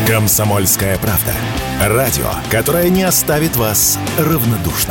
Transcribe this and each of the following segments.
«Комсомольская правда». Радио, которое не оставит вас равнодушным.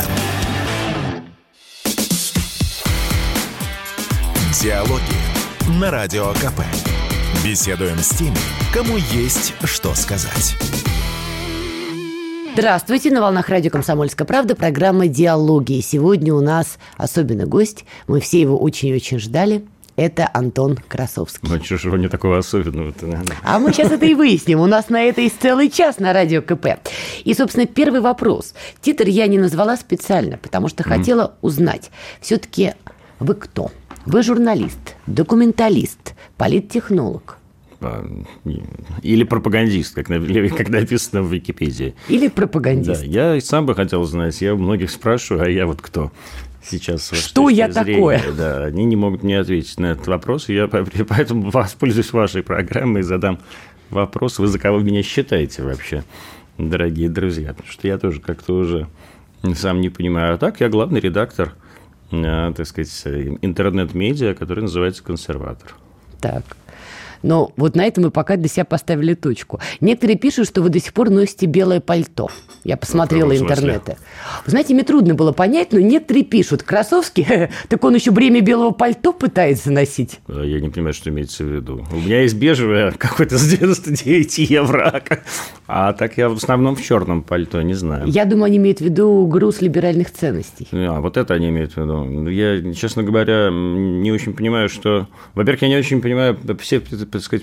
Диалоги на Радио КП. Беседуем с теми, кому есть что сказать. Здравствуйте, на волнах радио «Комсомольская правда» программа «Диалоги». Сегодня у нас особенный гость, мы все его очень-очень ждали. Это Антон Красовский. Ну, чего не такого особенного-то? А мы сейчас это и выясним. У нас на это есть целый час на радио КП. И, собственно, первый вопрос. Титр я не назвала специально, потому что хотела узнать. Все-таки вы кто? Вы журналист, документалист, политтехнолог? Или пропагандист, как написано в Википедии. Или пропагандист. Да, я и сам бы хотел знать. Я у многих спрашиваю, а я вот кто? Сейчас что я такое? Да, они не могут мне ответить на этот вопрос, и я поэтому воспользуюсь вашей программой и задам вопрос, вы за кого меня считаете вообще, дорогие друзья, потому что я тоже как-то уже сам не понимаю. А так я главный редактор, так сказать, интернет-медиа, который называется «Консерватор». Так. Но вот на этом мы пока для себя поставили точку. Некоторые пишут, что вы до сих пор носите белое пальто. Я посмотрела интернеты. Вы знаете, мне трудно было понять, но некоторые пишут, Красовский, так он еще бремя белого пальто пытается носить. Я не понимаю, что имеется в виду. У меня есть бежевое какое-то с 99 евро, а так я в основном в черном пальто, не знаю. Я думаю, они имеют в виду груз либеральных ценностей. Вот это они имеют в виду. Я, честно говоря, не очень понимаю, что... Во-первых, я не очень понимаю все, так сказать,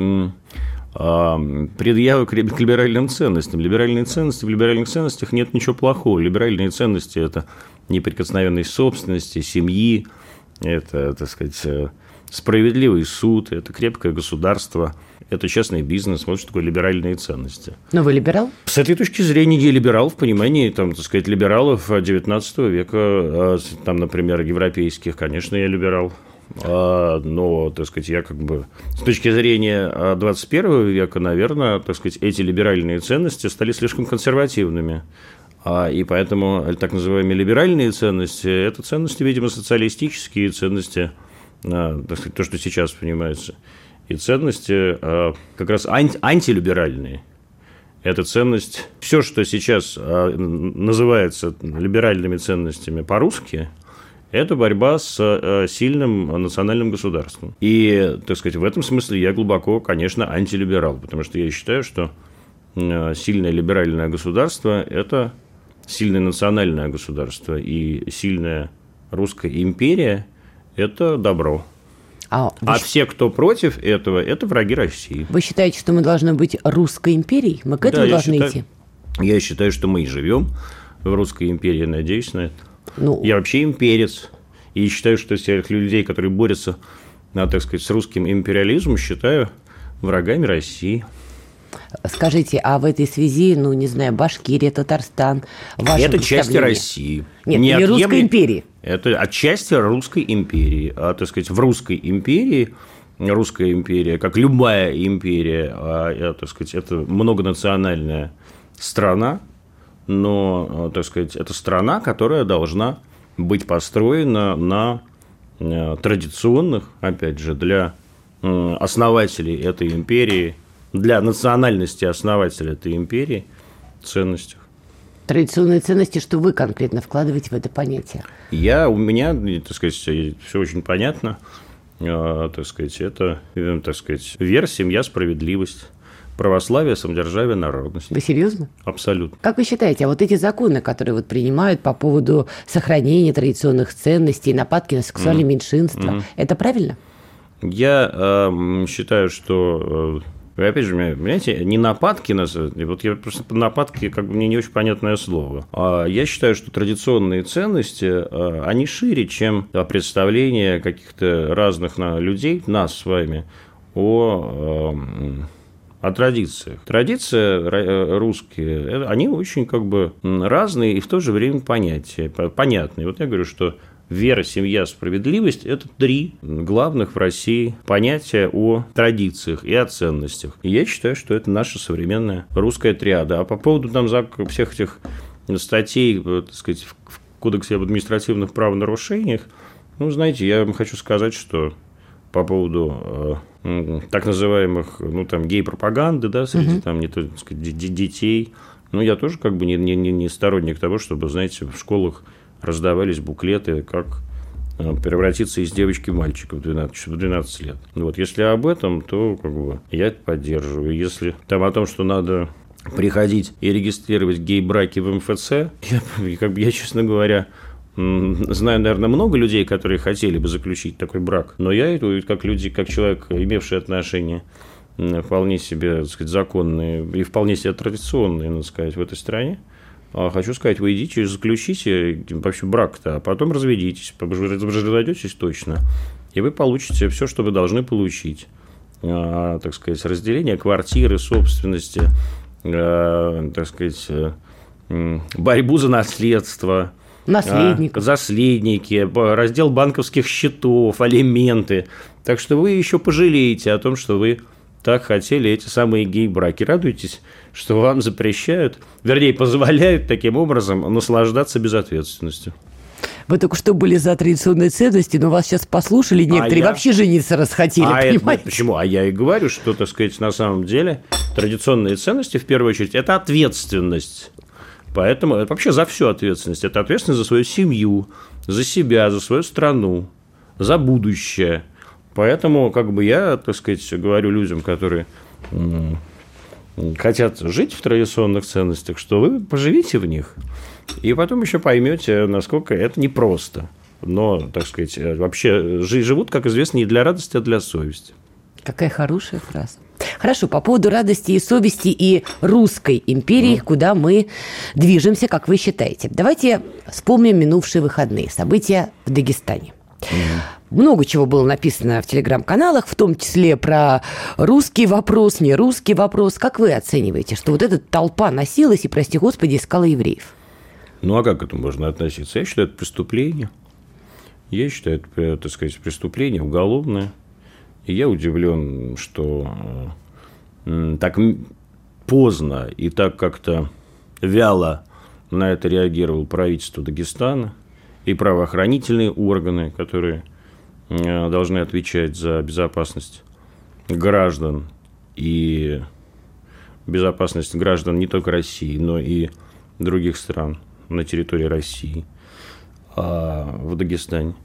предъявы к либеральным ценностям. Либеральные ценности, в либеральных ценностях нет ничего плохого. Либеральные ценности – это неприкосновенность собственности, семьи, это, так сказать, справедливый суд, это крепкое государство, это честный бизнес. Вот что такое либеральные ценности. Но вы либерал? С этой точки зрения я либерал в понимании, там, так сказать, либералов XIX века, там, например, европейских, конечно, я либерал. Но, так сказать, я как бы с точки зрения 21 века, наверное, так сказать, эти либеральные ценности стали слишком консервативными. И поэтому так называемые либеральные ценности – это ценности, видимо, социалистические ценности, так сказать, то, что сейчас понимается, и ценности как раз антилиберальные. Это ценность, все, что сейчас называется либеральными ценностями по-русски – это борьба с сильным национальным государством. И, так сказать, в этом смысле я глубоко, конечно, антилиберал, потому что я считаю, что сильное либеральное государство – это сильное национальное государство, и сильная русская империя – это добро. А все, кто против этого, это враги России. Вы считаете, что мы должны быть русской империей? Мы к этому должны идти? Я считаю, что мы и живем в русской империи, надеюсь на это. Я вообще имперец, и считаю, что всех людей, которые борются, так сказать, с русским империализмом, считаю врагами России. Скажите, а в этой связи, не знаю, Башкирия, Татарстан, это части России. Нет, не русской империи. Это отчасти русской империи. Так сказать, в русской империи, русская империя, как любая империя, так сказать, это многонациональная страна, но, так сказать, это страна, которая должна быть построена на традиционных, опять же, для основателей этой империи, для национальности основателя этой империи ценностях. Традиционные ценности, что вы конкретно вкладываете в это понятие? У меня, так сказать, все очень понятно. Так сказать, это, так сказать, вера, семья, справедливость. Православие, самодержавие, народность. Вы серьезно? Абсолютно. Как вы считаете, а вот эти законы, которые принимают по поводу сохранения традиционных ценностей, нападки на сексуальные меньшинства, это правильно? Я считаю, что, опять же, понимаете, не нападки, вот я просто нападки, как бы мне не очень понятное слово. Я считаю, что традиционные ценности, они шире, чем представление каких-то разных людей, нас с вами, о традициях. Традиции русские, они очень как бы разные и в то же время понятные. Вот я говорю, что вера, семья, справедливость – это 3 главных в России понятия о традициях и о ценностях. И я считаю, что это наша современная русская триада. А по поводу всех этих статей, так сказать, в Кодексе об административных правонарушениях, знаете, я вам хочу сказать, что по поводу так называемых, гей-пропаганды, да, среди там, не то, так сказать, детей. Я тоже как бы не сторонник того, чтобы, знаете, в школах раздавались буклеты, как превратиться из девочки в мальчика в 12 лет. Если об этом, то как бы я это поддерживаю. Если там о том, что надо приходить и регистрировать гей-браки в МФЦ, я, честно говоря, знаю, наверное, много людей, которые хотели бы заключить такой брак, но я, как человек, имевший отношения вполне себе, так сказать, законные и вполне себе традиционные, надо сказать, в этой стране, хочу сказать, вы идите, заключите вообще брак-то, а потом разведитесь, разведетесь точно, и вы получите все, что вы должны получить. Так сказать, разделение квартиры, собственности, так сказать, борьбу за наследство, наследники, раздел банковских счетов, алименты. Так что вы еще пожалеете о том, что вы так хотели эти самые гей-браки. Радуйтесь, что вам запрещают, вернее, позволяют таким образом наслаждаться безответственностью. Вы только что были за традиционные ценности, но вас сейчас послушали, некоторые вообще жениться расхотели, понимаете? Почему? А я и говорю, что, так сказать, на самом деле традиционные ценности, в первую очередь, это ответственность. Поэтому это вообще за всю ответственность. Это ответственность за свою семью, за себя, за свою страну, за будущее. Поэтому как бы я, так сказать, говорю людям, которые хотят жить в традиционных ценностях, что вы поживите в них, и потом еще поймете, насколько это непросто. Но, так сказать, вообще живут, как известно, не для радости, а для совести. Какая хорошая фраза. Хорошо, по поводу радости и совести и русской империи, куда мы движемся, как вы считаете. Давайте вспомним минувшие выходные, события в Дагестане. Много чего было написано в телеграм-каналах, в том числе про русский вопрос, не русский вопрос. Как вы оцениваете, что вот эта толпа носилась и, прости господи, искала евреев? А как к этому можно относиться? Я считаю, это преступление. Я считаю, это, так сказать, преступление уголовное. И я удивлен, что так поздно и так как-то вяло на это реагировало правительство Дагестана и правоохранительные органы, которые должны отвечать за безопасность граждан и безопасность граждан не только России, но и других стран на территории России, в Дагестане.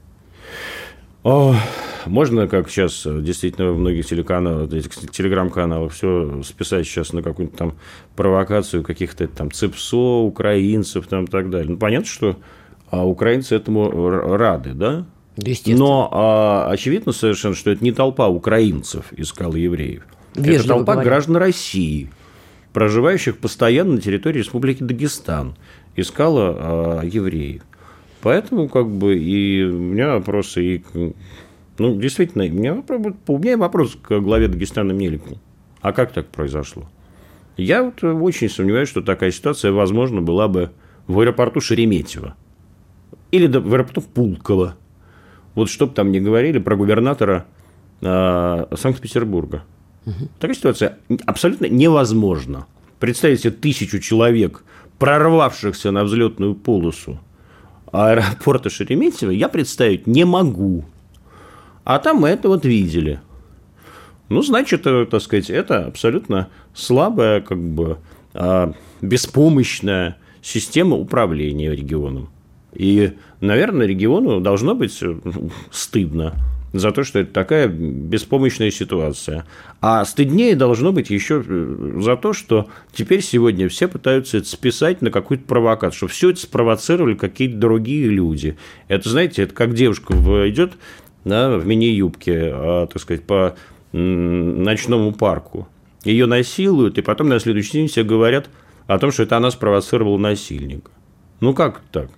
Можно, как сейчас действительно в многих телеграм-каналах все списать сейчас на какую-нибудь там провокацию каких-то там ЦИПСО, украинцев там, и так далее. Понятно, что украинцы этому рады, да? Но очевидно совершенно, что это не толпа украинцев искала евреев. Это толпа граждан России, проживающих постоянно на территории Республики Дагестан, искала евреев. Поэтому, как бы, и у меня вопросы, действительно, у меня вопрос к главе Дагестана Мелику. А как так произошло? Я очень сомневаюсь, что такая ситуация, возможно, была бы в аэропорту Шереметьево или в аэропорту Пулково. Что бы там ни говорили про губернатора Санкт-Петербурга. Такая ситуация абсолютно невозможна. Представить себе 1000 человек, прорвавшихся на взлетную полосу аэропорта Шереметьево, я представить не могу. А там мы это видели. Значит, так сказать, это абсолютно слабая, как бы, беспомощная система управления регионом. И, наверное, региону должно быть стыдно за то, что это такая беспомощная ситуация. А стыднее должно быть еще за то, что теперь сегодня все пытаются это списать на какую-то провокацию, что все это спровоцировали какие-то другие люди. Это, знаете, это как девушка идет в мини-юбке, так сказать, по ночному парку. Ее насилуют, и потом на следующий день все говорят о том, что это она спровоцировала насильника. Как так?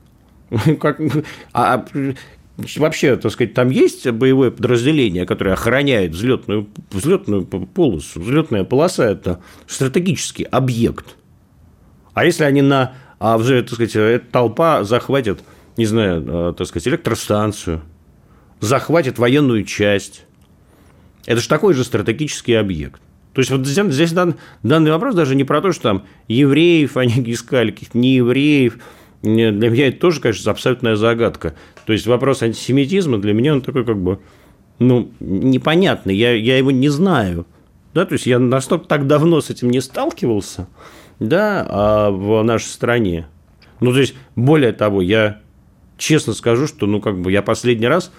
Вообще, так сказать, там есть боевое подразделение, которое охраняет взлетную полосу. Взлетная полоса – это стратегический объект. А если они так сказать, эта толпа захватит, не знаю, так сказать, электростанцию, захватит военную часть, это же такой же стратегический объект. То есть, здесь данный вопрос даже не про то, что там евреев они искали, каких-то неевреев. Для меня это тоже, конечно, абсолютная загадка. То есть, вопрос антисемитизма для меня он такой, как бы, непонятно, я его не знаю. Да, то есть я настолько так давно с этим не сталкивался, да, в нашей стране. То есть, более того, я честно скажу, что, я последний раз,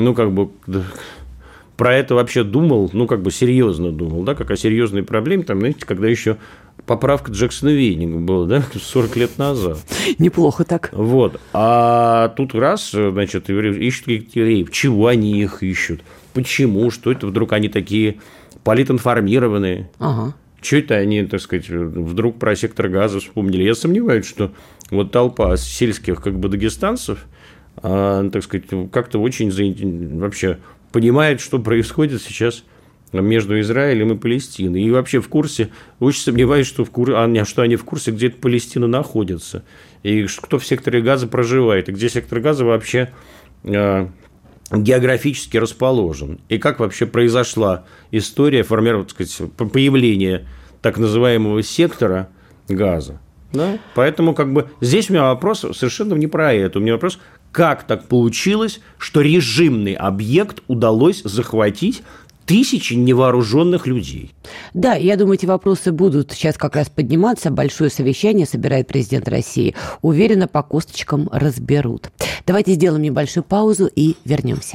про это вообще думал, серьезно думал, да, как о серьезной проблеме, там, знаете, когда еще поправка Джексона Вейнинга была, да, 40 лет назад. Неплохо так. Вот. А тут раз, значит, ищут евреев. Чего они их ищут? Почему? Что это вдруг они такие политинформированные? Ага. Что это они, так сказать, вдруг про сектор Газа вспомнили? Я сомневаюсь, что вот толпа сельских дагестанцев, так сказать, как-то очень вообще понимает, что происходит сейчас между Израилем и Палестиной. И вообще в курсе, очень сомневаюсь, что они в курсе, где эта Палестина находится. И кто в секторе Газа проживает, и где сектор Газа вообще географически расположен. И как вообще произошла история появления так называемого сектора Газа. Да? Поэтому здесь у меня вопрос совершенно не про это. У меня вопрос, как так получилось, что режимный объект удалось захватить тысячи невооруженных людей. Да, я думаю, эти вопросы будут сейчас как раз подниматься. Большое совещание собирает президент России. Уверена, по косточкам разберут. Давайте сделаем небольшую паузу и вернемся.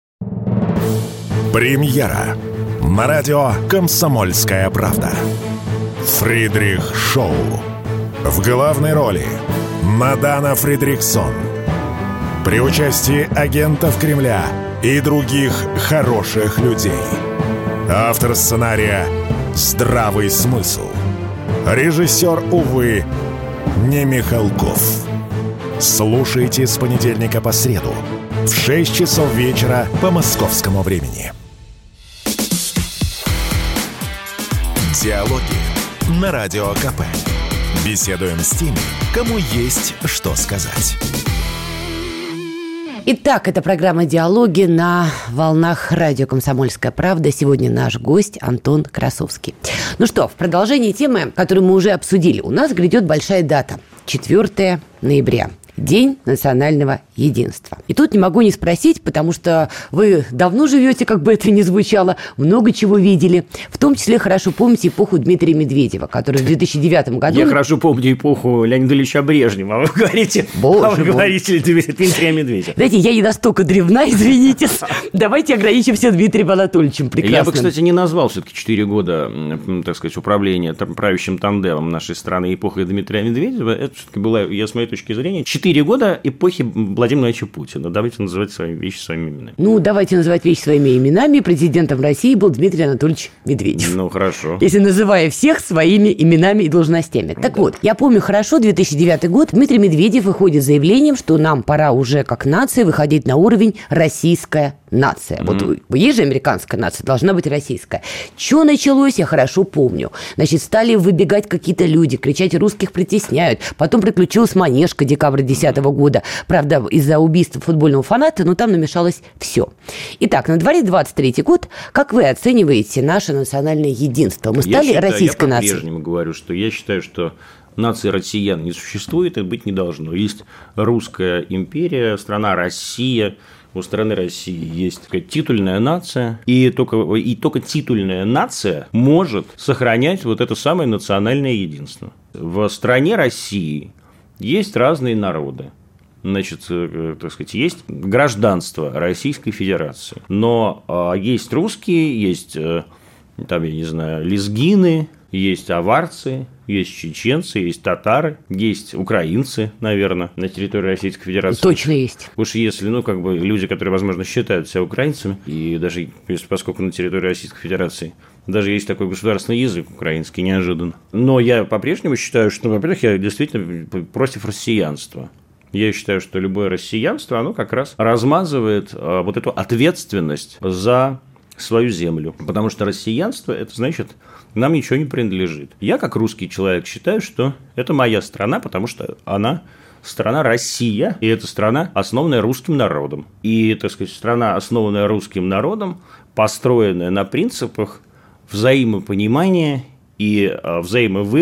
Премьера на радио «Комсомольская правда». Фридрих Шоу. В главной роли Мадана Фридрихсон. При участии агентов Кремля и других хороших людей. Автор сценария «Здравый смысл». Режиссер, увы, не Михалков. Слушайте с понедельника по среду в 6 часов вечера по московскому времени. Диалоги на Радио КП. Беседуем с теми, кому есть что сказать. Итак, это программа «Диалоги» на волнах радио «Комсомольская правда». Сегодня наш гость Антон Красовский. Ну что, в продолжении темы, которую мы уже обсудили, у нас грядет большая дата – 4 ноября. День национального единства. И тут не могу не спросить, потому что вы давно живете, как бы это ни звучало, много чего видели. В том числе хорошо помните эпоху Дмитрия Медведева, который в 2009 году... Я хорошо помню эпоху Леонида Ильича Брежнева. А вы говорите, Дмитрия Медведева. Знаете, я не настолько древна, извините. Давайте ограничимся Дмитрием Анатольевичем прекрасным. Я бы, кстати, не назвал все-таки 4 года, так сказать, управления правящим тандемом нашей страны эпохой Дмитрия Медведева. Это все-таки была, с моей точки зрения, 4 года эпохи Владимира Владимировича Путина. Давайте называть свои вещи своими именами. Давайте называть вещи своими именами. Президентом России был Дмитрий Анатольевич Медведев. Хорошо. Если называя всех своими именами и должностями. Так вот, я помню хорошо, 2009 год, Дмитрий Медведев выходит с заявлением, что нам пора уже как нация выходить на уровень российская нация. Вот есть же американская нация, должна быть российская. Что началось, я хорошо помню. Значит, стали выбегать какие-то люди, кричать: русских притесняют. Потом приключилась Манежка, декабрь 2010 года. Правда, из-за убийства футбольного фаната, но там намешалось все. Итак, на дворе 23-й год. Как вы оцениваете наше национальное единство? Мы стали российской нацией? Я по-прежнему говорю, что я считаю, что нации россиян не существует и быть не должно. Есть Русская империя, страна Россия. У страны России есть такая титульная нация, и только титульная нация может сохранять вот это самое национальное единство. В стране России есть разные народы. Значит, так сказать, есть гражданство Российской Федерации, но есть русские, есть, там, я не знаю, лезгины, есть аварцы, есть чеченцы, есть татары, есть украинцы, наверное, на территории Российской Федерации. Точно есть. Уж если, люди, которые, возможно, считают себя украинцами, и даже поскольку на территории Российской Федерации даже есть такой государственный язык украинский, неожиданно. Но я по-прежнему считаю, что, во-первых, я действительно против россиянства. Я считаю, что любое россиянство, оно как раз размазывает вот эту ответственность за свою землю. Потому что россиянство – это значит, нам ничего не принадлежит. Я, как русский человек, считаю, что это моя страна, потому что она страна Россия, и это страна, основанная русским народом. И, так сказать, страна, основанная русским народом, построенная на принципах взаимопонимания и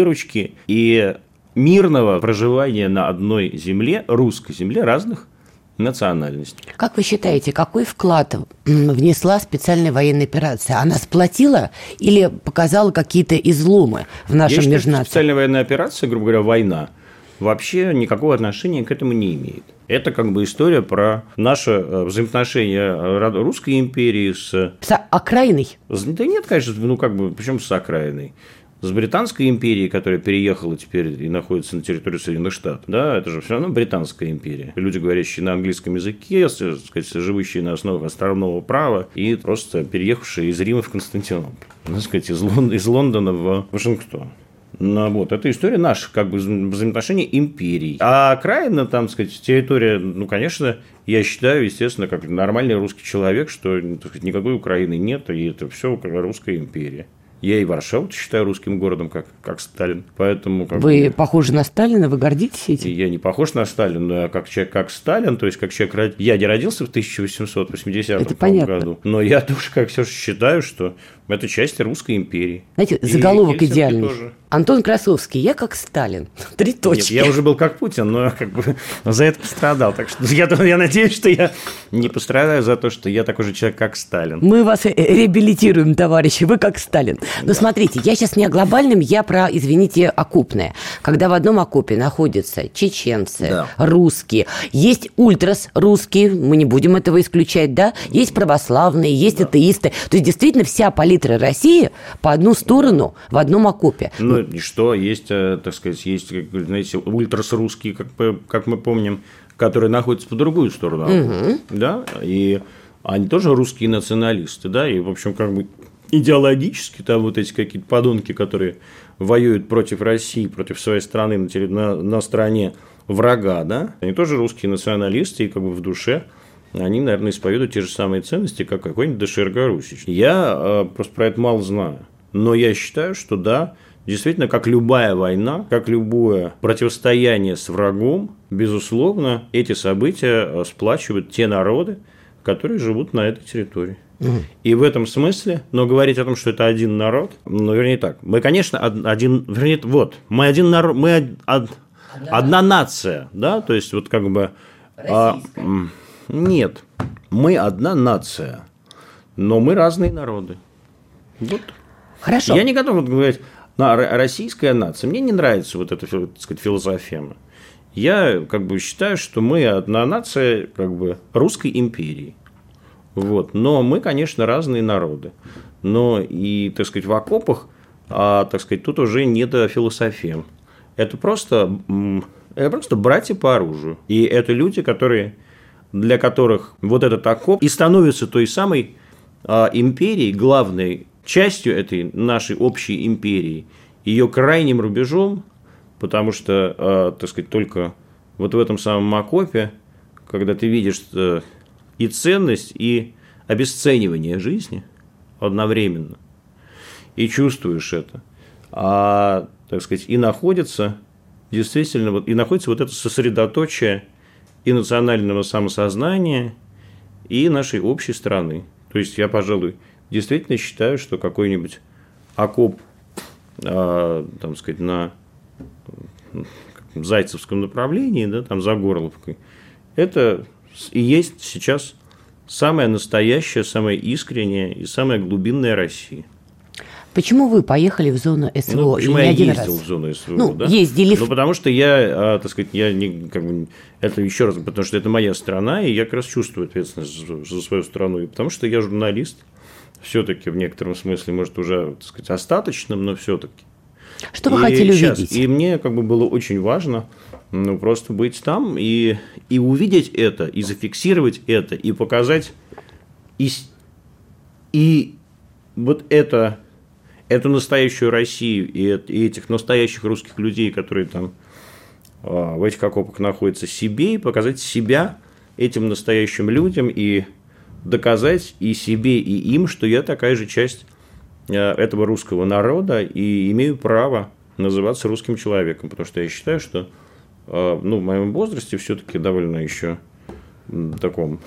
взаимовыручки, и мирного проживания на одной земле, русской земле, разных национальность. Как вы считаете, какой вклад внесла специальная военная операция? Она сплотила или показала какие-то изломы в нашем межнации? межнации? Специальная военная операция, грубо говоря, война, вообще никакого отношения к этому не имеет. Это как бы история про наше взаимоотношения Русской империи с окраиной? Да нет, конечно, причем с окраиной. С Британской империей, которая переехала теперь и находится на территории Соединенных Штатов, да, это же все равно Британская империя. Люди, говорящие на английском языке, живущие на основе островного права и просто переехавшие из Рима в Константинополь, из Лондона в Вашингтон. Это история наших взаимоотношений империй. А окраина, территория, конечно, я считаю, естественно, как нормальный русский человек, что никакой Украины нет, и это все Русская империя. Я и Варшаву считаю русским городом, как Сталин. Поэтому, вы похожи на Сталина, вы гордитесь этим? Я не похож на Сталина, но я как человек, как Сталин, то есть как человек... Я не родился в 1880 году, но я тоже, как все считаю, что это часть Русской империи. Знаете, заголовок идеальный. Тоже. Антон Красовский, я как Сталин. 3 точки. Нет, я уже был как Путин, но за это пострадал. Так что я надеюсь, что я не пострадаю за то, что я такой же человек, как Сталин. Мы вас реабилитируем, товарищи, вы как Сталин. Но смотрите, я сейчас не о глобальном, я про, извините, окопное. Когда в одном окопе находятся чеченцы, русские, есть ультрас русские, мы не будем этого исключать, да? Есть православные, есть атеисты. То есть, действительно, вся палитра России по одну сторону в одном окопе. И что? Есть, есть, знаете, ультрас русские, как мы помним, которые находятся по другую сторону. Да? И они тоже русские националисты, да, и, в общем, идеологически там эти какие-то подонки, которые воюют против России, против своей страны на стороне врага, да, они тоже русские националисты, и в душе они, наверное, исповедуют те же самые ценности, как какой-нибудь Доширга Русич. Я просто про это мало знаю, но я считаю, что да, действительно, как любая война, как любое противостояние с врагом, безусловно, эти события сплачивают те народы, которые живут на этой территории. И в этом смысле, но говорить о том, что это один народ, вернее так, мы, конечно, мы один народ, мы одна нация, да, то есть нет, мы одна нация, но мы разные народы. Хорошо. Я не готов говорить, российская нация, мне не нравится эта, философия. Я считаю, что мы одна нация Русской империи. Но мы, конечно, разные народы. Но и, в окопах, тут уже не до философем. Это просто братья по оружию. И это люди, для которых этот окоп и становится той самой империей, главной частью этой нашей общей империи, ее крайним рубежом, потому что, только в этом самом окопе, когда ты видишь и ценность, и обесценивание жизни одновременно, и чувствуешь это, и находится действительно, и находится это сосредоточие и национального самосознания, и нашей общей страны. То есть, я, пожалуй, действительно считаю, что какой-нибудь окоп, на Зайцевском направлении, да, за Горловкой, это и есть сейчас самая настоящая, самая искренняя и самая глубинная Россия. Почему вы поехали в зону СВО? Почему я ездил в зону СВО? Ездили. Потому что я, я не, это еще раз, потому что это моя страна, и я как раз чувствую ответственность за свою страну, и потому что я журналист, все-таки в некотором смысле, может, уже, остаточным, но все-таки. Что вы хотели увидеть? И мне было очень важно просто быть там и увидеть это, и зафиксировать это, и показать и эту настоящую Россию, и этих настоящих русских людей, которые там в этих окопах находятся, себе, и показать себя этим настоящим людям, и доказать и себе, и им, что я такая же часть этого русского народа и имею право называться русским человеком, потому что я считаю, что в моем возрасте все-таки довольно еще таком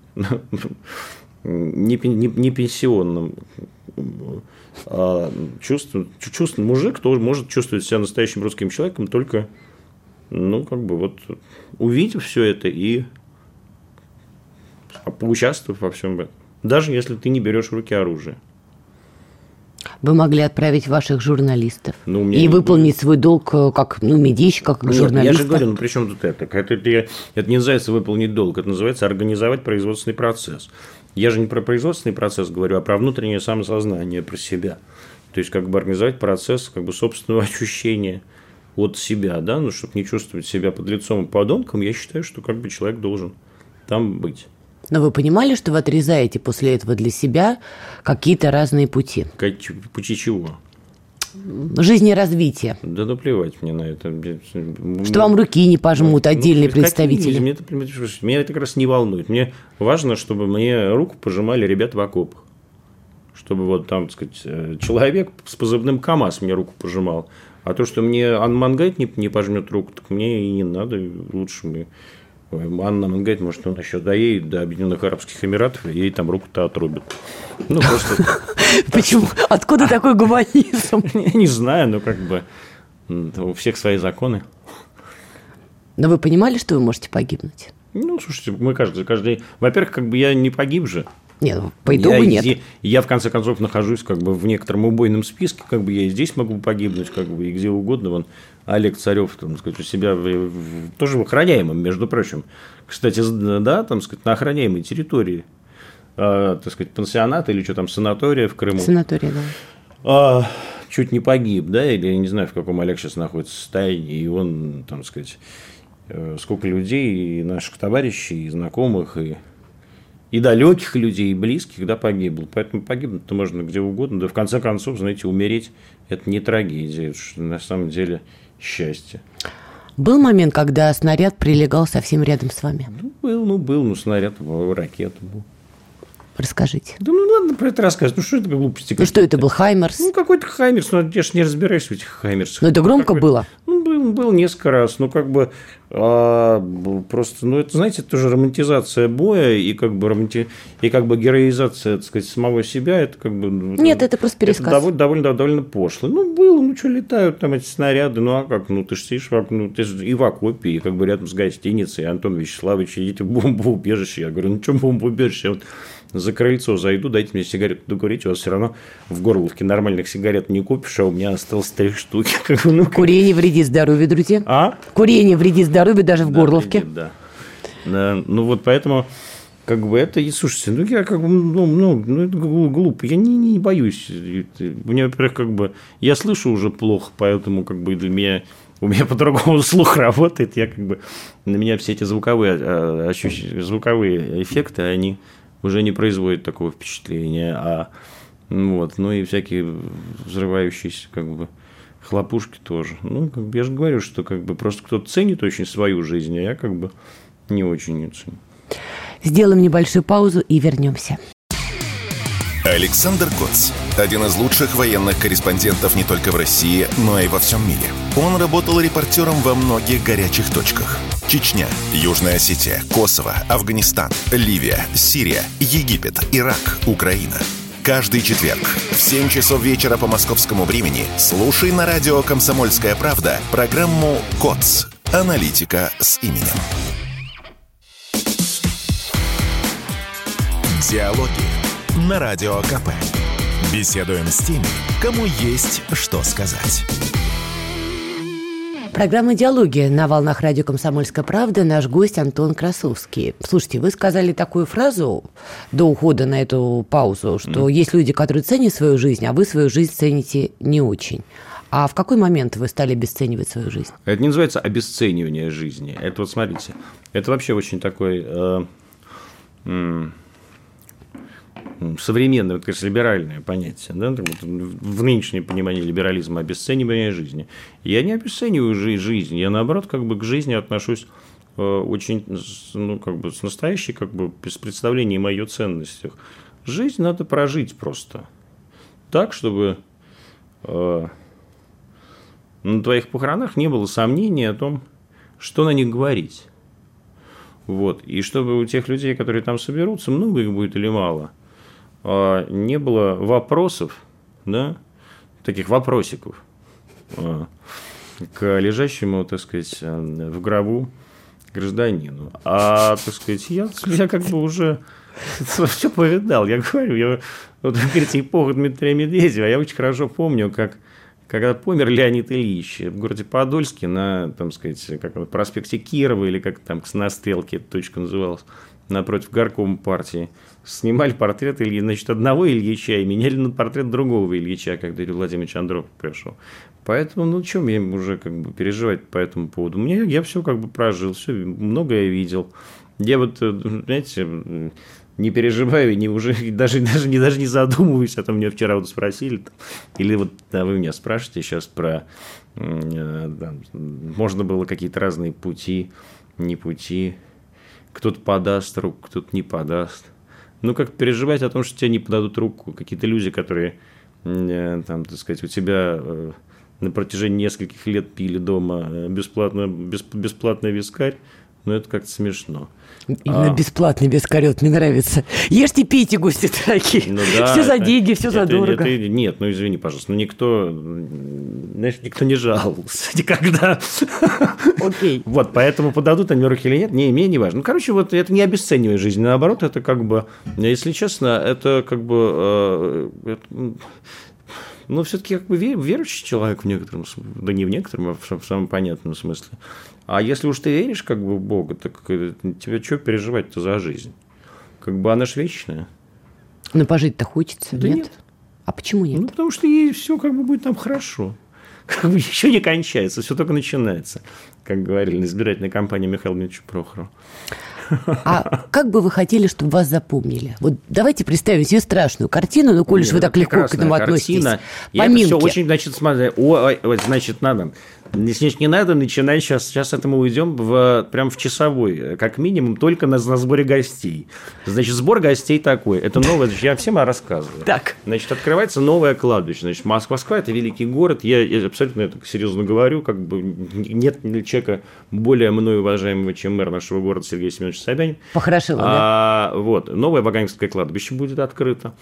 не пенсионном чувством мужик, кто может чувствовать себя настоящим русским человеком, только увидев все это и поучаствовав во всем этом. Даже если ты не берешь в руки оружие. Вы могли отправить ваших журналистов Ну, и выполнить свой долг как медийщика, как журналиста. Я же говорю, ну при чем тут это? Это не называется выполнить долг, это называется организовать производственный процесс. Я же не про производственный процесс говорю, а про внутреннее самосознание, про себя. То есть, как бы организовать процесс как бы собственного ощущения от себя, да, ну, чтобы не чувствовать себя подлецом и подонком, я считаю, что как бы человек должен там быть. Но вы понимали, что вы отрезаете после этого для себя какие-то разные пути? Пути чего? Жизнеразвития. Да наплевать мне на это. Что вам руки не пожмут отдельные представители. Меня это как раз не волнует. Мне важно, чтобы мне руку пожимали ребята в окопах. Чтобы вот там, так сказать, человек с позывным КамАЗ мне руку пожимал. А то, что мне Анна Мангайт не пожмет руку, так мне и не надо. Лучше мы... Анна Мангайт, может, он еще доедет до Объединенных Арабских Эмиратов, и ей там руку-то отрубят. Ну, просто... Почему? Откуда такой гуманизм? Я не знаю, но как бы у всех свои законы. Но вы понимали, что вы можете погибнуть? Ну, слушайте, мы каждый день... Во-первых, как бы я не погиб же. Нет, по итогу нет. Я, в конце концов, нахожусь как бы в некотором убойном списке, как бы я и здесь могу погибнуть, как бы и где угодно. Вон Олег Царев, там, сказать, у себя тоже в охраняемом, между прочим. Кстати, да, там, сказать, на охраняемой территории, так сказать, пансионат или что там, санатория в Крыму. Санатория, да. Чуть не погиб, да, или я не знаю, в каком Олег сейчас находится состоянии, и он, там, сказать, сколько людей, и наших товарищей, и знакомых, и далеких людей, и близких, да, погибло. Поэтому погибнуть-то можно где угодно. Да, в конце концов, знаете, умереть – это не трагедия, это на самом деле счастье. Был момент, когда снаряд прилегал совсем рядом с вами? Был, снаряд, ракета был. Расскажите. Да ну ладно про это рассказывать. Ну что это глупости? Ну что это был, Хаймерс? Ну какой-то Хаймерс, но я же не разбираюсь в этих Хаймерсах. Но это громко было? Ну был несколько раз, ну как бы просто, ну это, знаете, это тоже романтизация боя и как бы героизация, так сказать, самого себя, это как бы... Нет, это просто пересказ. Это довольно пошло. Ну было, ну что летают там эти снаряды, ну а как, ну ты же сидишь ты же и в окопе, и как бы рядом с гостиницей, Антон Вячеславович, идите в бомбоубежище. Я говорю, ну что бомбоубежище, вот за крыльцо зайду, дайте мне сигарету докурить, у вас все равно в Горловке нормальных сигарет не купишь, а у меня осталось 3 штуки. Курение вредит здоровью, друзья. Курение вредит здоровью даже в Горловке. Вредит, да. Ну вот поэтому, как бы это, и слушайте, ну я как бы, это глупо, я не боюсь. Мне, во-первых, как бы, я слышу уже плохо, поэтому как бы у меня по-другому слух работает, я как бы, на меня все эти звуковые эффекты, они уже не производит такого впечатления, ну и всякие взрывающиеся как бы хлопушки тоже. Ну, как бы я же говорю, что как бы просто кто-то ценит очень свою жизнь, а я как бы не очень ее ценю. Сделаем небольшую паузу и вернемся. Александр Коц – один из лучших военных корреспондентов не только в России, но и во всем мире. Он работал репортером во многих горячих точках. Чечня, Южная Осетия, Косово, Афганистан, Ливия, Сирия, Египет, Ирак, Украина. Каждый четверг в 7 часов вечера по московскому времени слушай на радио «Комсомольская правда» программу «КОЦ. Аналитика с именем». Диалоги на Радио КП. Беседуем с теми, кому есть что сказать. Программа «Диалоги» на волнах радио «Комсомольская правда». Наш гость Антон Красовский. Слушайте, вы сказали такую фразу до ухода на эту паузу, что есть люди, которые ценят свою жизнь, а вы свою жизнь цените не очень. А в какой момент вы стали обесценивать свою жизнь? Это не называется обесценивание жизни. Это вот смотрите, это вообще очень такой... современное, вот, конечно, либеральное понятие, да? В нынешнем понимании либерализма обесценивание жизни. Я не обесцениваю жизнь, я, наоборот, как бы к жизни отношусь очень, ну, как бы с настоящей, как бы, без представления о ее ценностях. Жизнь надо прожить просто так, чтобы на твоих похоронах не было сомнений о том, что на них говорить. Вот. И чтобы у тех людей, которые там соберутся, много их будет или мало, не было вопросов, да, таких вопросиков к лежащему, так сказать, в гробу гражданину. А, так сказать, я как бы уже все повидал. Я говорю, вот, как говорится, эпоха Дмитрия Медведева. Я очень хорошо помню, когда помер Леонид Ильич в городе Подольске на, там сказать, проспекте Кирова, или как там на Стрелке эта точка называлась, напротив горкома партии, снимали портрет одного Ильича и меняли на портрет другого Ильича, когда Юрий Владимирович Андропов пришел. Поэтому, что мне уже переживать по этому поводу? Я все прожил, все, многое я видел. Я вот, знаете, не переживаю, даже не задумываюсь, а то меня вчера вот спросили, или вот вы меня спрашиваете сейчас про, можно было какие-то разные пути, не пути, кто-то подаст руку, кто-то не подаст. Как переживать о том, что тебе не подадут руку какие-то люди, которые, там, так сказать, у тебя на протяжении нескольких лет пили дома бесплатный вискарь, это как-то смешно. Именно бесплатный вискарь, мне нравится. Ешьте, пейте, гости дорогие. Да, все за деньги, все за дорого. Нет, извини, пожалуйста, никто не жаловался никогда. Окей. Вот, поэтому подадут они руки или нет, мне не важно. Вот это не обесценивает жизнь, наоборот, это если честно, это все-таки верующий человек в некотором смысле, да не в некотором, а в самом понятном смысле. А если уж ты веришь в Бога, так тебе что переживать-то за жизнь? Она ж вечная. Но пожить-то хочется, да нет? А почему нет? Потому что ей все будет там хорошо. Еще не кончается, все только начинается, как говорили на избирательной кампании Михаила Дмитриевича Прохорова. А как бы вы хотели, чтобы вас запомнили? Вот давайте представим себе страшную картину, коль уж вы так легко к этому относитесь. Поминки. Это все очень, надо. Не надо начинать сейчас это мы уйдем прям в часовой, как минимум, только на сборе гостей. Сбор гостей такой. Это новое, я всем рассказываю. Так. Открывается новое кладбище. Москва – это великий город. Я абсолютно это серьезно говорю. Нет человека более мною уважаемого, чем мэр нашего города Сергей Семенович Собянин. Похорошело, да? Новое Ваганьковское кладбище будет открыто.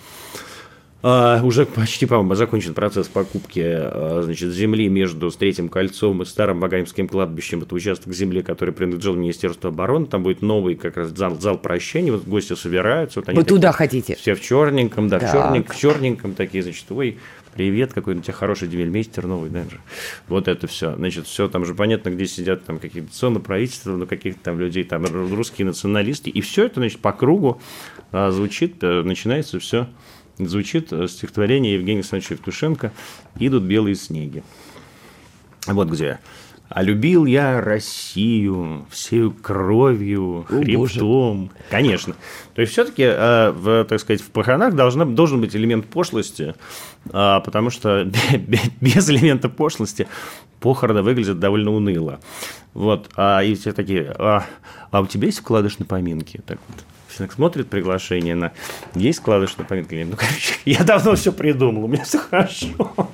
Уже почти, по-моему, закончен процесс покупки земли между Третьим кольцом и Старым Ваганьковским кладбищем. Это участок земли, который принадлежал Министерству обороны. Там будет новый как раз зал прощения. Вот гости собираются. Они вы туда хотите? Все в черненьком, да, в черненьком такие, ой, привет, какой у тебя хороший демельмейстер новый, даже. Вот это все. Все там же понятно, где сидят там какие-то члены правительства, каких-то там людей, там русские националисты. И все это, по кругу звучит, начинается все. Звучит стихотворение Евгения Александровича Евтушенко «Идут белые снеги». Вот где. «А любил я Россию всею кровью, хребтом». Конечно. То есть, все-таки, в похоронах должен быть элемент пошлости, потому что без элемента пошлости похороны выглядят довольно уныло. Вот. И все такие, а у тебя есть вкладыш на поминки? Так вот. Человек смотрит приглашение на есть вкладыш на поминки. Я давно все придумал, у меня все хорошо.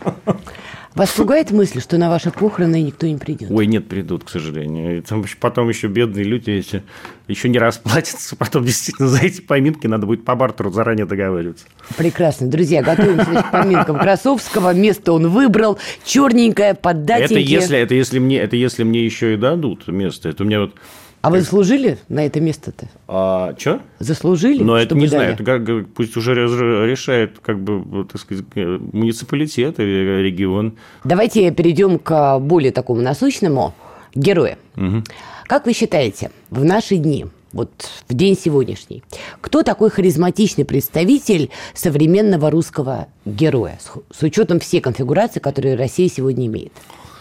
Вас пугает мысль, что на ваши похороны никто не придет? Ой, нет, придут, к сожалению. Потом еще бедные люди еще не расплатятся. Потом действительно за эти поминки надо будет по бартеру заранее договариваться. Прекрасно. Друзья, готовимся к поминкам Красовского. Место он выбрал. Черненькое, поддатенькое. Это если мне еще и дадут место. Это у меня А вы заслужили на это место-то? Что? Заслужили? Но это не знаю, это пусть уже решает, так сказать, муниципалитет или регион. Давайте перейдем к более такому насущному герою. Угу. Как вы считаете, в наши дни, вот в день сегодняшний, кто такой харизматичный представитель современного русского героя, с учетом всей конфигурации, которую Россия сегодня имеет?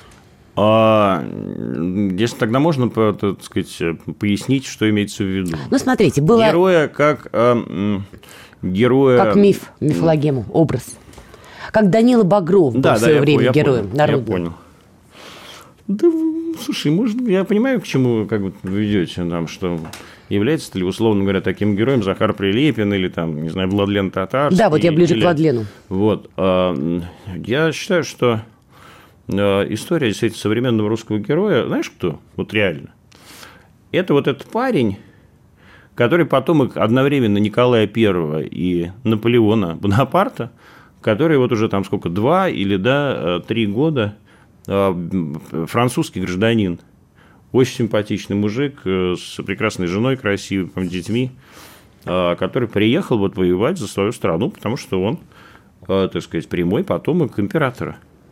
Если тогда можно, так сказать, пояснить, что имеется в виду. Смотрите, было... Героя как героя... Как мифологему, образ. Как Данила Багров был в свое время героем народным. Я понял. Да, слушай, я понимаю, к чему вы ведете, что является ли, условно говоря, таким героем Захар Прилепин или, не знаю, Владлен Татарский. Да, вот я ближе к Владлену. Вот. Я считаю, что история действительно современного русского героя, знаешь кто? Вот реально. Это вот этот парень, который потомок одновременно Николая I и Наполеона Бонапарта, который вот уже 2 или 3 года французский гражданин. очень симпатичный мужик с прекрасной женой, красивыми детьми, который приехал вот воевать за свою страну, потому что он, так сказать, прямой потомок императора.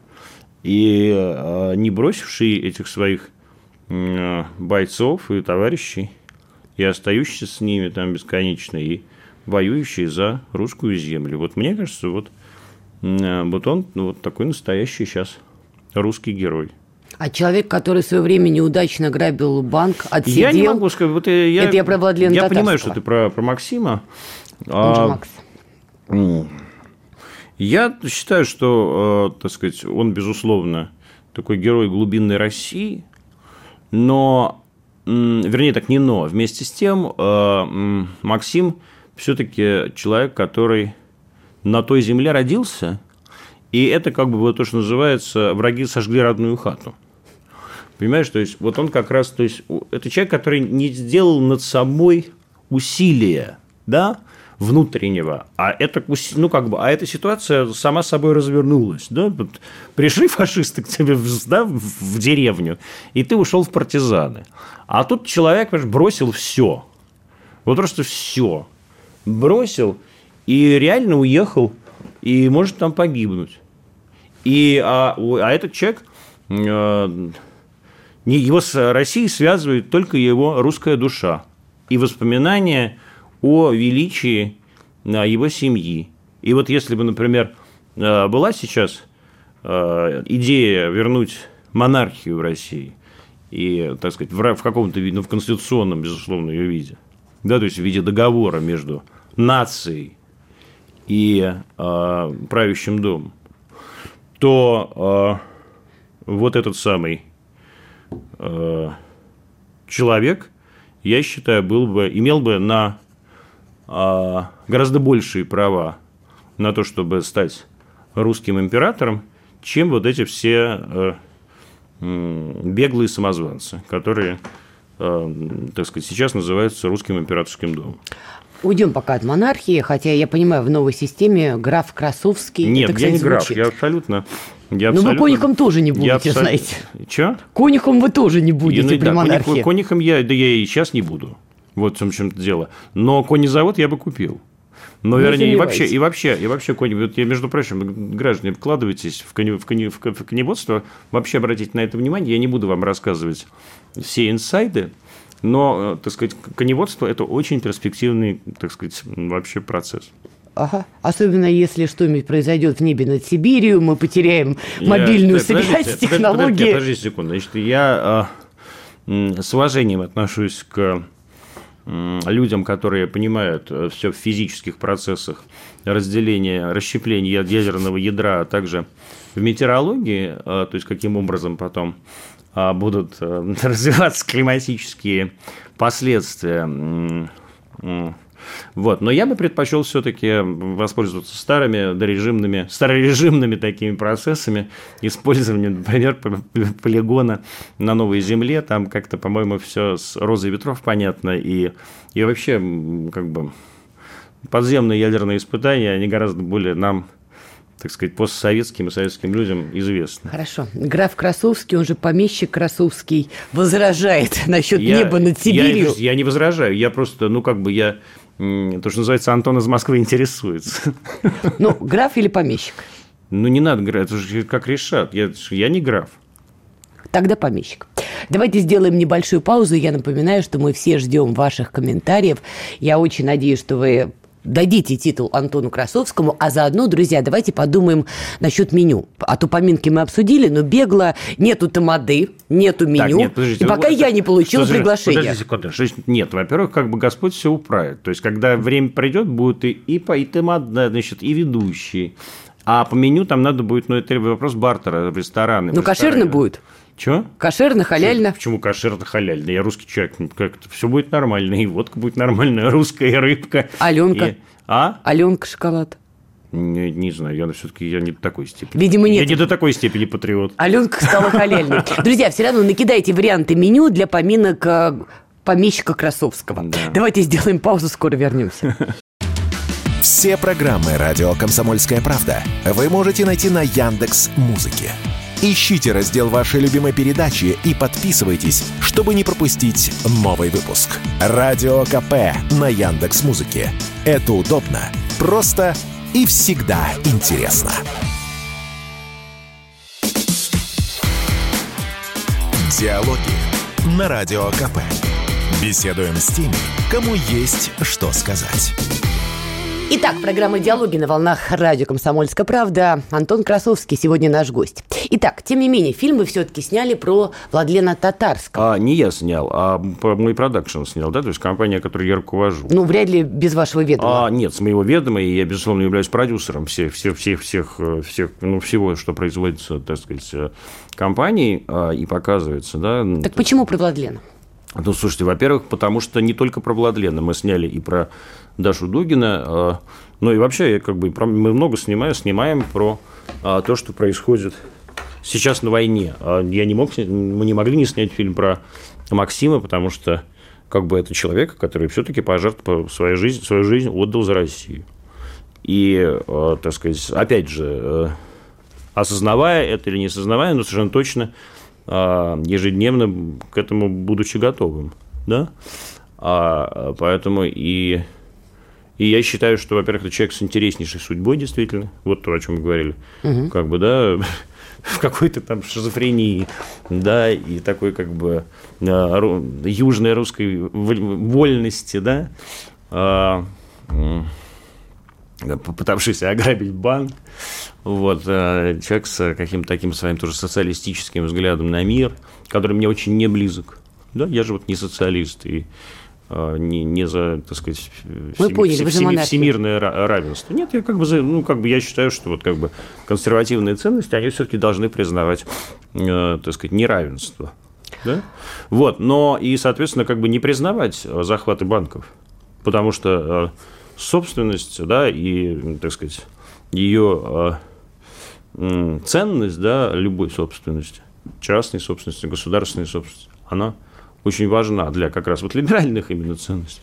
И не бросивший этих своих бойцов и товарищей, и остающийся с ними там бесконечно, и воюющий за русскую землю. Вот мне кажется, вот он вот такой настоящий сейчас русский герой. А человек, который в свое время неудачно грабил банк, отсидел... Я не могу сказать... Вот это я про Владлена Татарского. Я понимаю, что ты про Максима. Он же Макс. Я считаю, что, так сказать, он, безусловно, такой герой глубинной России, но, вернее, так не но, вместе с тем Максим все-таки человек, который на той земле родился, и это как бы вот то, что называется «враги сожгли родную хату». Понимаешь, то есть вот он как раз, то есть это человек, который не сделал над собой усилия, да, внутреннего, а это, ну, как бы, а эта ситуация сама собой развернулась, да, вот пришли фашисты к тебе, да, в деревню, и ты ушел в партизаны, а тут человек, понимаешь, бросил все, вот просто все бросил и реально уехал и может там погибнуть, а этот человек его с Россией связывает только его русская душа и воспоминания о величии его семьи. И вот если бы, например, была сейчас идея вернуть монархию в России, и, так сказать, в каком-то виде, ну, в конституционном, безусловно, ее виде, да, то есть в виде договора между нацией и правящим домом, то вот этот самый человек, я считаю, имел бы гораздо большие права на то, чтобы стать русским императором, чем вот эти все беглые самозванцы, которые, так сказать, сейчас называются русским императорским домом. Уйдем пока от монархии, хотя я понимаю, в новой системе граф Красовский... Нет, это, кстати, я не граф, звучит. я абсолютно... Но вы конюхом тоже не будете, знаете. Чего? Конюхом вы тоже не будете при монархии. Конюхом я и сейчас не буду. Вот в чем-то дело. Но конезавод я бы купил. Но, вернее, и вообще, вот я, между прочим, граждане, вкладывайтесь в коневодство, вообще обратите на это внимание, я не буду вам рассказывать все инсайды, но, так сказать, коневодство – это очень перспективный, так сказать, вообще процесс. Ага. Особенно если что-нибудь произойдет в небе над Сибирью, мы потеряем мобильную связь, технологии. Подождите секунду. Значит, я с уважением отношусь к людям, которые понимают все в физических процессах разделения, расщепления ядерного ядра, а также в метеорологии, то есть каким образом потом будут развиваться климатические последствия. Вот. Но я бы предпочел все-таки воспользоваться старорежимными такими процессами, использованием, например, полигона на Новой Земле. Там как-то, по-моему, все с розой ветров понятно. И вообще, как бы, подземные ядерные испытания, они гораздо более нам, так сказать, постсоветским и советским людям известны. Хорошо. Граф Красовский, он же помещик Красовский, возражает насчет неба над Сибирью. Я не возражаю. Я просто, то, что называется, Антон из Москвы интересуется. Ну, граф или помещик? Ну, не надо граф, это же как решат. Я не граф. Тогда помещик. Давайте сделаем небольшую паузу. Я напоминаю, что мы все ждем ваших комментариев. Я очень надеюсь, что вы дадите титул Антону Красовскому, а заодно, друзья, давайте подумаем насчет меню. А то поминки мы обсудили, но бегло нету тамады, нету меню, так, нет, подождите, и пока я не получила приглашение. Подождите секунду. Нет, во-первых, как бы Господь все управит. То есть, когда время придет, будут и тамада, значит, и ведущие. А по меню там надо будет, это вопрос бартера в рестораны. Ну, кошерно будет. Чего? Кошерно, халяльно. Почему кошерно, халяльно? Я русский человек, как-то все будет нормально, и водка будет нормальная, русская, и рыбка. Аленка. Аленка шоколад. Не знаю, я все-таки не до такой степени. Видимо, нет. Я не до такой степени патриот. Аленка стала халяльной. Друзья, все равно накидайте варианты меню для поминок помещика Красовского. Да. Давайте сделаем паузу, скоро вернемся. Все программы «Радио Комсомольская правда» вы можете найти на Яндекс.Музыке. Ищите раздел вашей любимой передачи и подписывайтесь, чтобы не пропустить новый выпуск. Радио КП на Яндекс.Музыке. Это удобно, просто и всегда интересно. Диалоги на Радио КП. Беседуем с теми, кому есть что сказать. Итак, программа «Диалоги» на волнах радио «Комсомольская правда». Антон Красовский сегодня наш гость. Итак, тем не менее, фильм вы все-таки сняли про Владлена Татарского. Не я снял, а мой продакшн снял, да, то есть компания, которой я руковожу. Ну, вряд ли без вашего ведома. Нет, с моего ведома, и я, безусловно, являюсь продюсером всех, всего, что производится, так сказать, компанией и показывается, да. Так почему про Владлена? Ну, слушайте, во-первых, потому что не только про Владлена, мы сняли и про Дашу Дугина, ну и вообще, мы много снимаем про то, что происходит сейчас на войне. Мы не могли не снять фильм про Максима, потому что это человек, который все-таки пожертвовал свою жизнь отдал за Россию. И, так сказать, опять же, осознавая это или не осознавая, но совершенно точно ежедневно к этому будучи готовым, да, поэтому и я считаю, что, во-первых, это человек с интереснейшей судьбой, действительно, вот то, о чем мы говорили, да, в какой-то там шизофрении, да, и такой, южной русской вольности, да, попытавшийся ограбить банк, вот, человек с каким-то таким своим тоже социалистическим взглядом на мир, который мне очень не близок. Да, я же не социалист и не за, так сказать, всемирное равенство. Нет, я я считаю, что консервативные ценности, они все-таки должны признавать, так сказать, неравенство. Да? Вот, но и, соответственно, не признавать захваты банков, потому что собственность, да, и, так сказать, ее ценность, да, любой собственности, частной собственности, государственной собственности, она очень важна для как раз либеральных именно ценностей.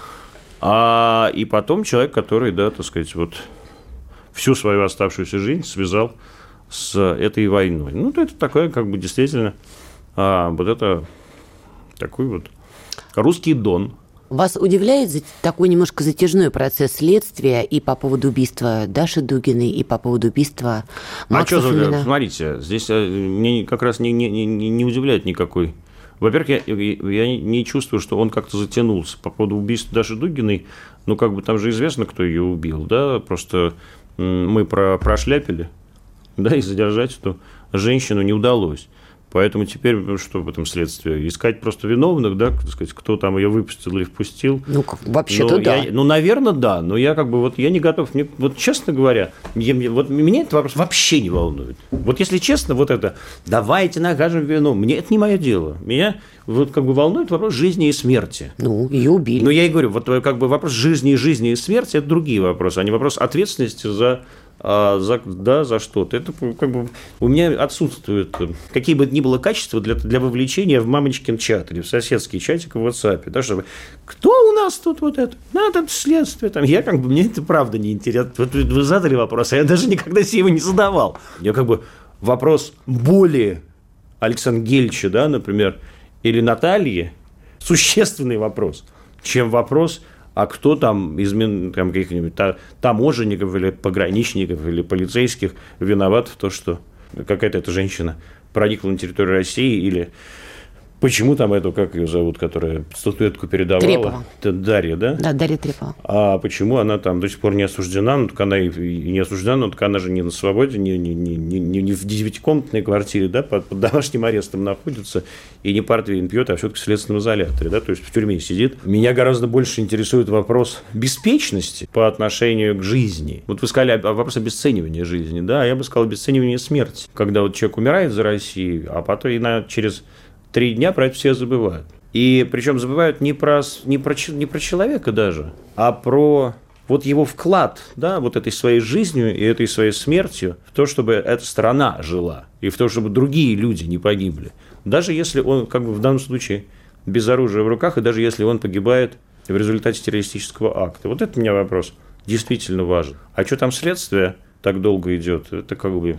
И потом человек, который, да, так сказать, всю свою оставшуюся жизнь связал с этой войной. Ну, это такое, действительно, это такой русский Дон. Вас удивляет такой немножко затяжной процесс следствия и по поводу убийства Даши Дугиной, и по поводу убийства Макса Фомина? Смотрите, здесь мне как раз не удивляет никакой. Во-первых, я не чувствую, что он как-то затянулся. По поводу убийства Даши Дугиной, там же известно, кто ее убил, да, просто мы прошляпили, да, и задержать эту женщину не удалось. Поэтому теперь что в этом следствии? Искать просто виновных, да, так сказать, кто там ее выпустил или впустил? Вообще-то да. Наверное, да, но я я не готов. Мне, честно говоря, меня этот вопрос вообще не волнует. Если честно, давайте накажем вину, мне это не мое дело. Меня волнует вопрос жизни и смерти. Ее убили. Но я и говорю, вопрос жизни и смерти – это другие вопросы, а не вопрос ответственности за что-то. Это у меня отсутствуют какие бы ни было качества для вовлечения в мамочкин чат или в соседский чатик в WhatsApp. Да, чтобы кто у нас тут надо следствие. Я мне это правда не интересно. Вы задали вопрос, а я даже никогда себе его не задавал. Я вопрос боли Александра Гельча, да, например, или Натальи, существенный вопрос, чем вопрос, а кто там из каких-нибудь таможенников или пограничников или полицейских виноват в том, что какая-то эта женщина проникла на территорию России, или почему там эту, как ее зовут, которая статуэтку передавала? Трепова. Это Дарья, да? Да, Дарья Трепова. А почему она там до сих пор не осуждена? Так она и не осуждена, но так она же не на свободе, не в 9-комнатной квартире, да, под домашним арестом находится, и не портвейн пьет, а все-таки в следственном изоляторе, да, то есть в тюрьме сидит. Меня гораздо больше интересует вопрос беспечности по отношению к жизни. Вы сказали вопрос обесценивания жизни, да, а я бы сказал обесценивание смерти. Когда человек умирает за Россию, а потом через 3 дня про это все забывают. И причем забывают не про человека даже, а про его вклад, да, этой своей жизнью и этой своей смертью в то, чтобы эта страна жила, и в то, чтобы другие люди не погибли. Даже если он, в данном случае, без оружия в руках, и даже если он погибает в результате террористического акта. Это у меня вопрос действительно важен. А что там следствие так долго идет? Это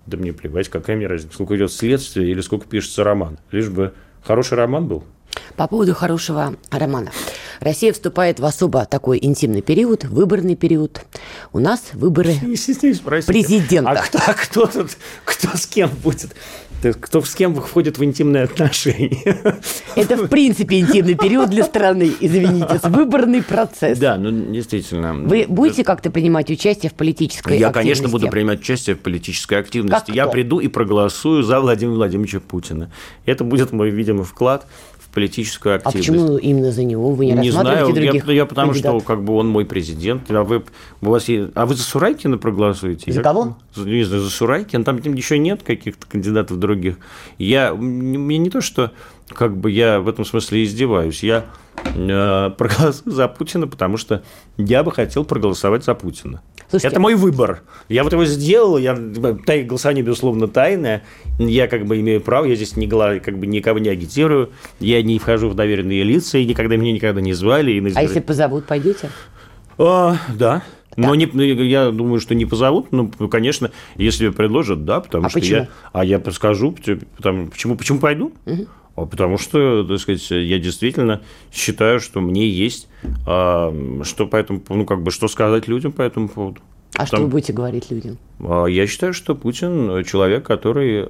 Да мне плевать, какая мне разница, сколько идет следствие или сколько пишется роман. Лишь бы хороший роман был. По поводу хорошего романа. Россия вступает в особо такой интимный период, выборный период. У нас выборы президента. Кто с кем будет? Кто с кем входит в интимные отношения? Это, в принципе, интимный период для страны, извините, выборный процесс. Да, действительно. Вы будете как-то принимать участие в политической активности? Я, конечно, буду принимать участие в политической активности. Я приду и проголосую за Владимира Владимировича Путина. Это будет мой, видимо, вклад в политическую активность. А почему именно за него? Вы не рассматриваете других я потому кандидатов? что он мой президент. А вы за Сурайкина проголосуете? За кого? Не знаю, за Сурайкина. Там еще нет каких-то кандидатов других. Мне не то, что я в этом смысле издеваюсь. Я проголосую за Путина, потому что я бы хотел проголосовать за Путина. Слушайте, это мой выбор. Я его сделал. Голосование, безусловно, тайное. Я имею право. Я здесь никого не агитирую. Я не вхожу в доверенные лица. И меня никогда не звали. А если позовут, пойдете? Да. Но я думаю, что не позовут. Конечно, если предложат, да. Почему? Я подскажу. Почему пойду? Угу. Потому что, я действительно считаю, что мне есть что сказать людям по этому поводу. Что вы будете говорить людям? Я считаю, что Путин человек, который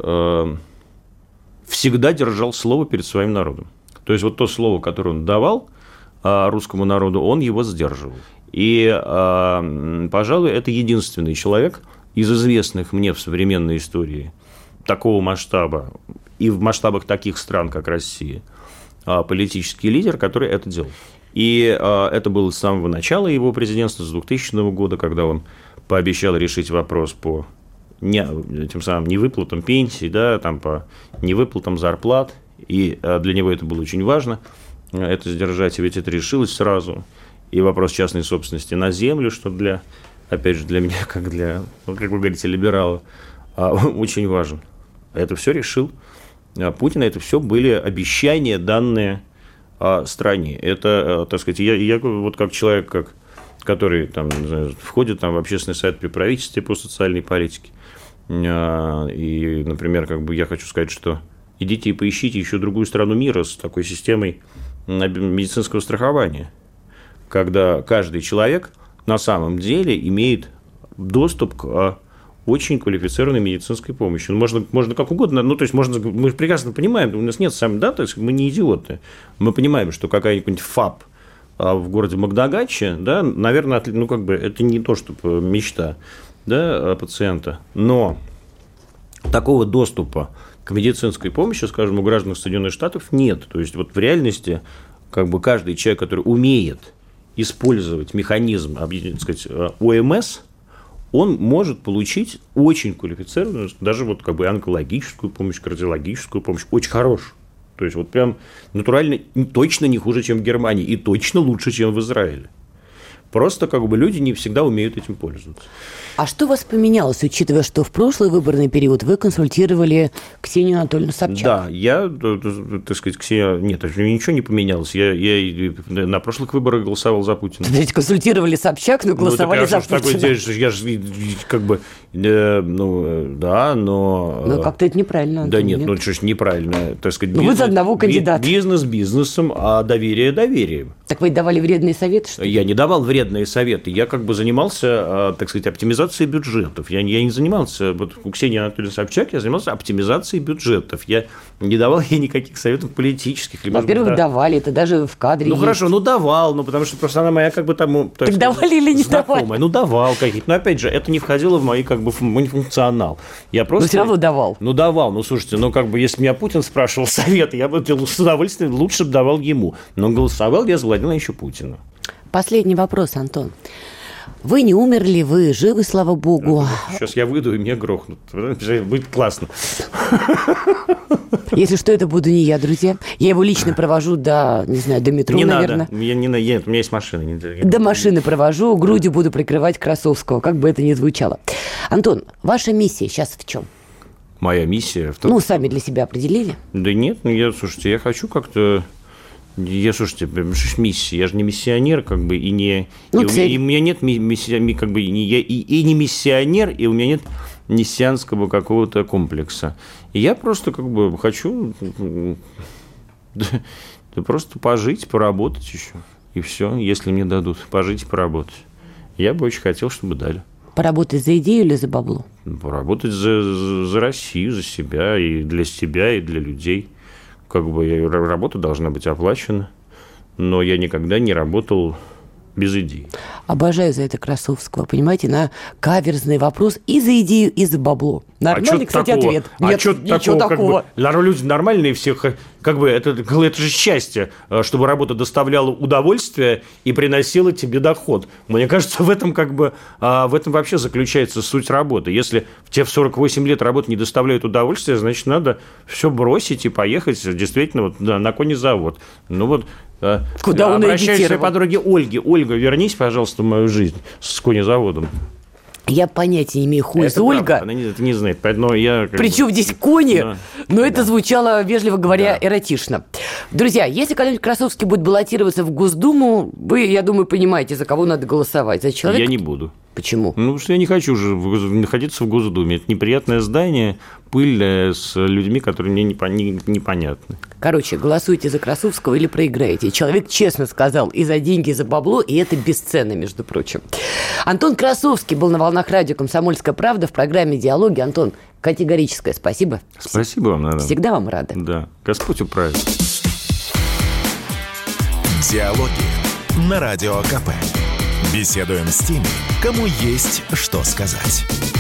всегда держал слово перед своим народом. То есть, то слово, которое он давал русскому народу, он его сдерживал. И, пожалуй, это единственный человек из известных мне в современной истории такого масштаба и в масштабах таких стран, как Россия, политический лидер, который это делал. И это было с самого начала его президентства, с 2000 года, когда он пообещал решить вопрос по тем самым невыплатам пенсий, по невыплатам зарплат. И для него это было очень важно, это сдержать, ведь это решилось сразу. И вопрос частной собственности на землю, что опять же, для меня, как вы говорите, либерала, очень важен. Это все решил Путин, это все были обещания, данные стране. Это, я как человек, который входит в общественный совет при правительстве по социальной политике. И, например, я хочу сказать, что идите и поищите еще другую страну мира с такой системой медицинского страхования, когда каждый человек на самом деле имеет доступ к очень квалифицированной медицинской помощи. Можно как угодно, мы прекрасно понимаем, у нас нет мы не идиоты. Мы понимаем, что какая-нибудь ФАП в городе Магдагаче, наверное, это не то, чтобы мечта пациента, но такого доступа к медицинской помощи, скажем, у граждан Соединенных Штатов нет. То есть, в реальности каждый человек, который умеет использовать механизм, ОМС, он может получить очень квалифицированную, даже онкологическую помощь, кардиологическую помощь, очень хорошую. То есть, прям натурально точно не хуже, чем в Германии, и точно лучше, чем в Израиле. Просто люди не всегда умеют этим пользоваться. А что у вас поменялось, учитывая, что в прошлый выборный период вы консультировали Ксению Анатольевну Собчак? Да, нет, ничего не поменялось. Я на прошлых выборах голосовал за Путина. Подождите, консультировали Собчак, но голосовали за Путина. Да, но... Но как-то это неправильно. Да нет, что ж неправильно. Вы за одного кандидата. Бизнес бизнесом, а доверие доверием. Так вы давали вредные советы, что ли? Я не давал вредные советы. Я занимался, оптимизацией бюджетов. Я не занимался, у Ксении Анатольевны Собчак я занимался оптимизацией бюджетов. Я не давал ей никаких советов политических. Во-первых, давали, это даже в кадре есть. Хорошо, давал, потому что просто она моя Так давали или не знакомая. давали? Давал какие-то. Но опять же, это не входило в мой мой функционал. Я просто... Но все равно давал. Давал. Слушайте, если меня Путин спрашивал совет, я бы с удовольствием лучше бы давал ему. Но голосовал я за Владимира Владимировича Путина. Последний вопрос, Антон. Вы не умерли, вы живы, слава богу. Сейчас я выйду, и меня грохнут. Будет классно. Если что, это буду не я, друзья. Я его лично провожу до метро, не наверное. У меня есть машина. До машины провожу, грудью буду прикрывать Красовского, как бы это ни звучало. Антон, ваша миссия сейчас в чем? Моя миссия в том... сами для себя определили? Да нет, я хочу как-то... миссия, я же не миссионер, и не... и у меня нет миссии, и не миссионер, и у меня нет мессианского какого-то комплекса. И я просто как бы хочу просто пожить, поработать еще. И все, если мне дадут пожить и поработать. Я бы очень хотел, чтобы дали. Поработать за идею или за бабло? Поработать за Россию, за себя, и для людей. Как бы работа должна быть оплачена, но я никогда не работал без идеи. Обожаю за это Красовского, понимаете, на каверзный вопрос и за идею, и за бабло. Нормальный, кстати, такого? ответ. Нет, ничего такого. Как бы, люди нормальные всех, как бы, это же счастье, чтобы работа доставляла удовольствие и приносила тебе доход. Мне кажется, в этом вообще заключается суть работы. Если тебе в 48 лет работа не доставляет удовольствия, значит, надо все бросить и поехать действительно на конезавод. Куда он обращаюсь к своей подруге Ольге. Ольга, вернись, пожалуйста, в мою жизнь с конезаводом. Я понятия не имею, хуй из Ольга. Она это не знает, поэтому я... Причем здесь кони, но это звучало, вежливо говоря, эротично. Друзья, если когда-нибудь Красовский будет баллотироваться в Госдуму, вы, я думаю, понимаете, за кого надо голосовать. За человека... Я не буду. Почему? Потому что я не хочу уже находиться в Госдуме. Это неприятное здание, пыльное, с людьми, которые мне непонятны. Короче, голосуйте за Красовского или проиграете. Человек честно сказал, и за деньги, и за бабло, и это бесценно, между прочим. Антон Красовский был на волнах радио «Комсомольская правда» в программе «Диалоги». Антон, категорическое спасибо. Спасибо вам, надо. Всегда вам рады. Да, Господь управит. Диалоги на Радио КП. Беседуем с теми, кому есть что сказать.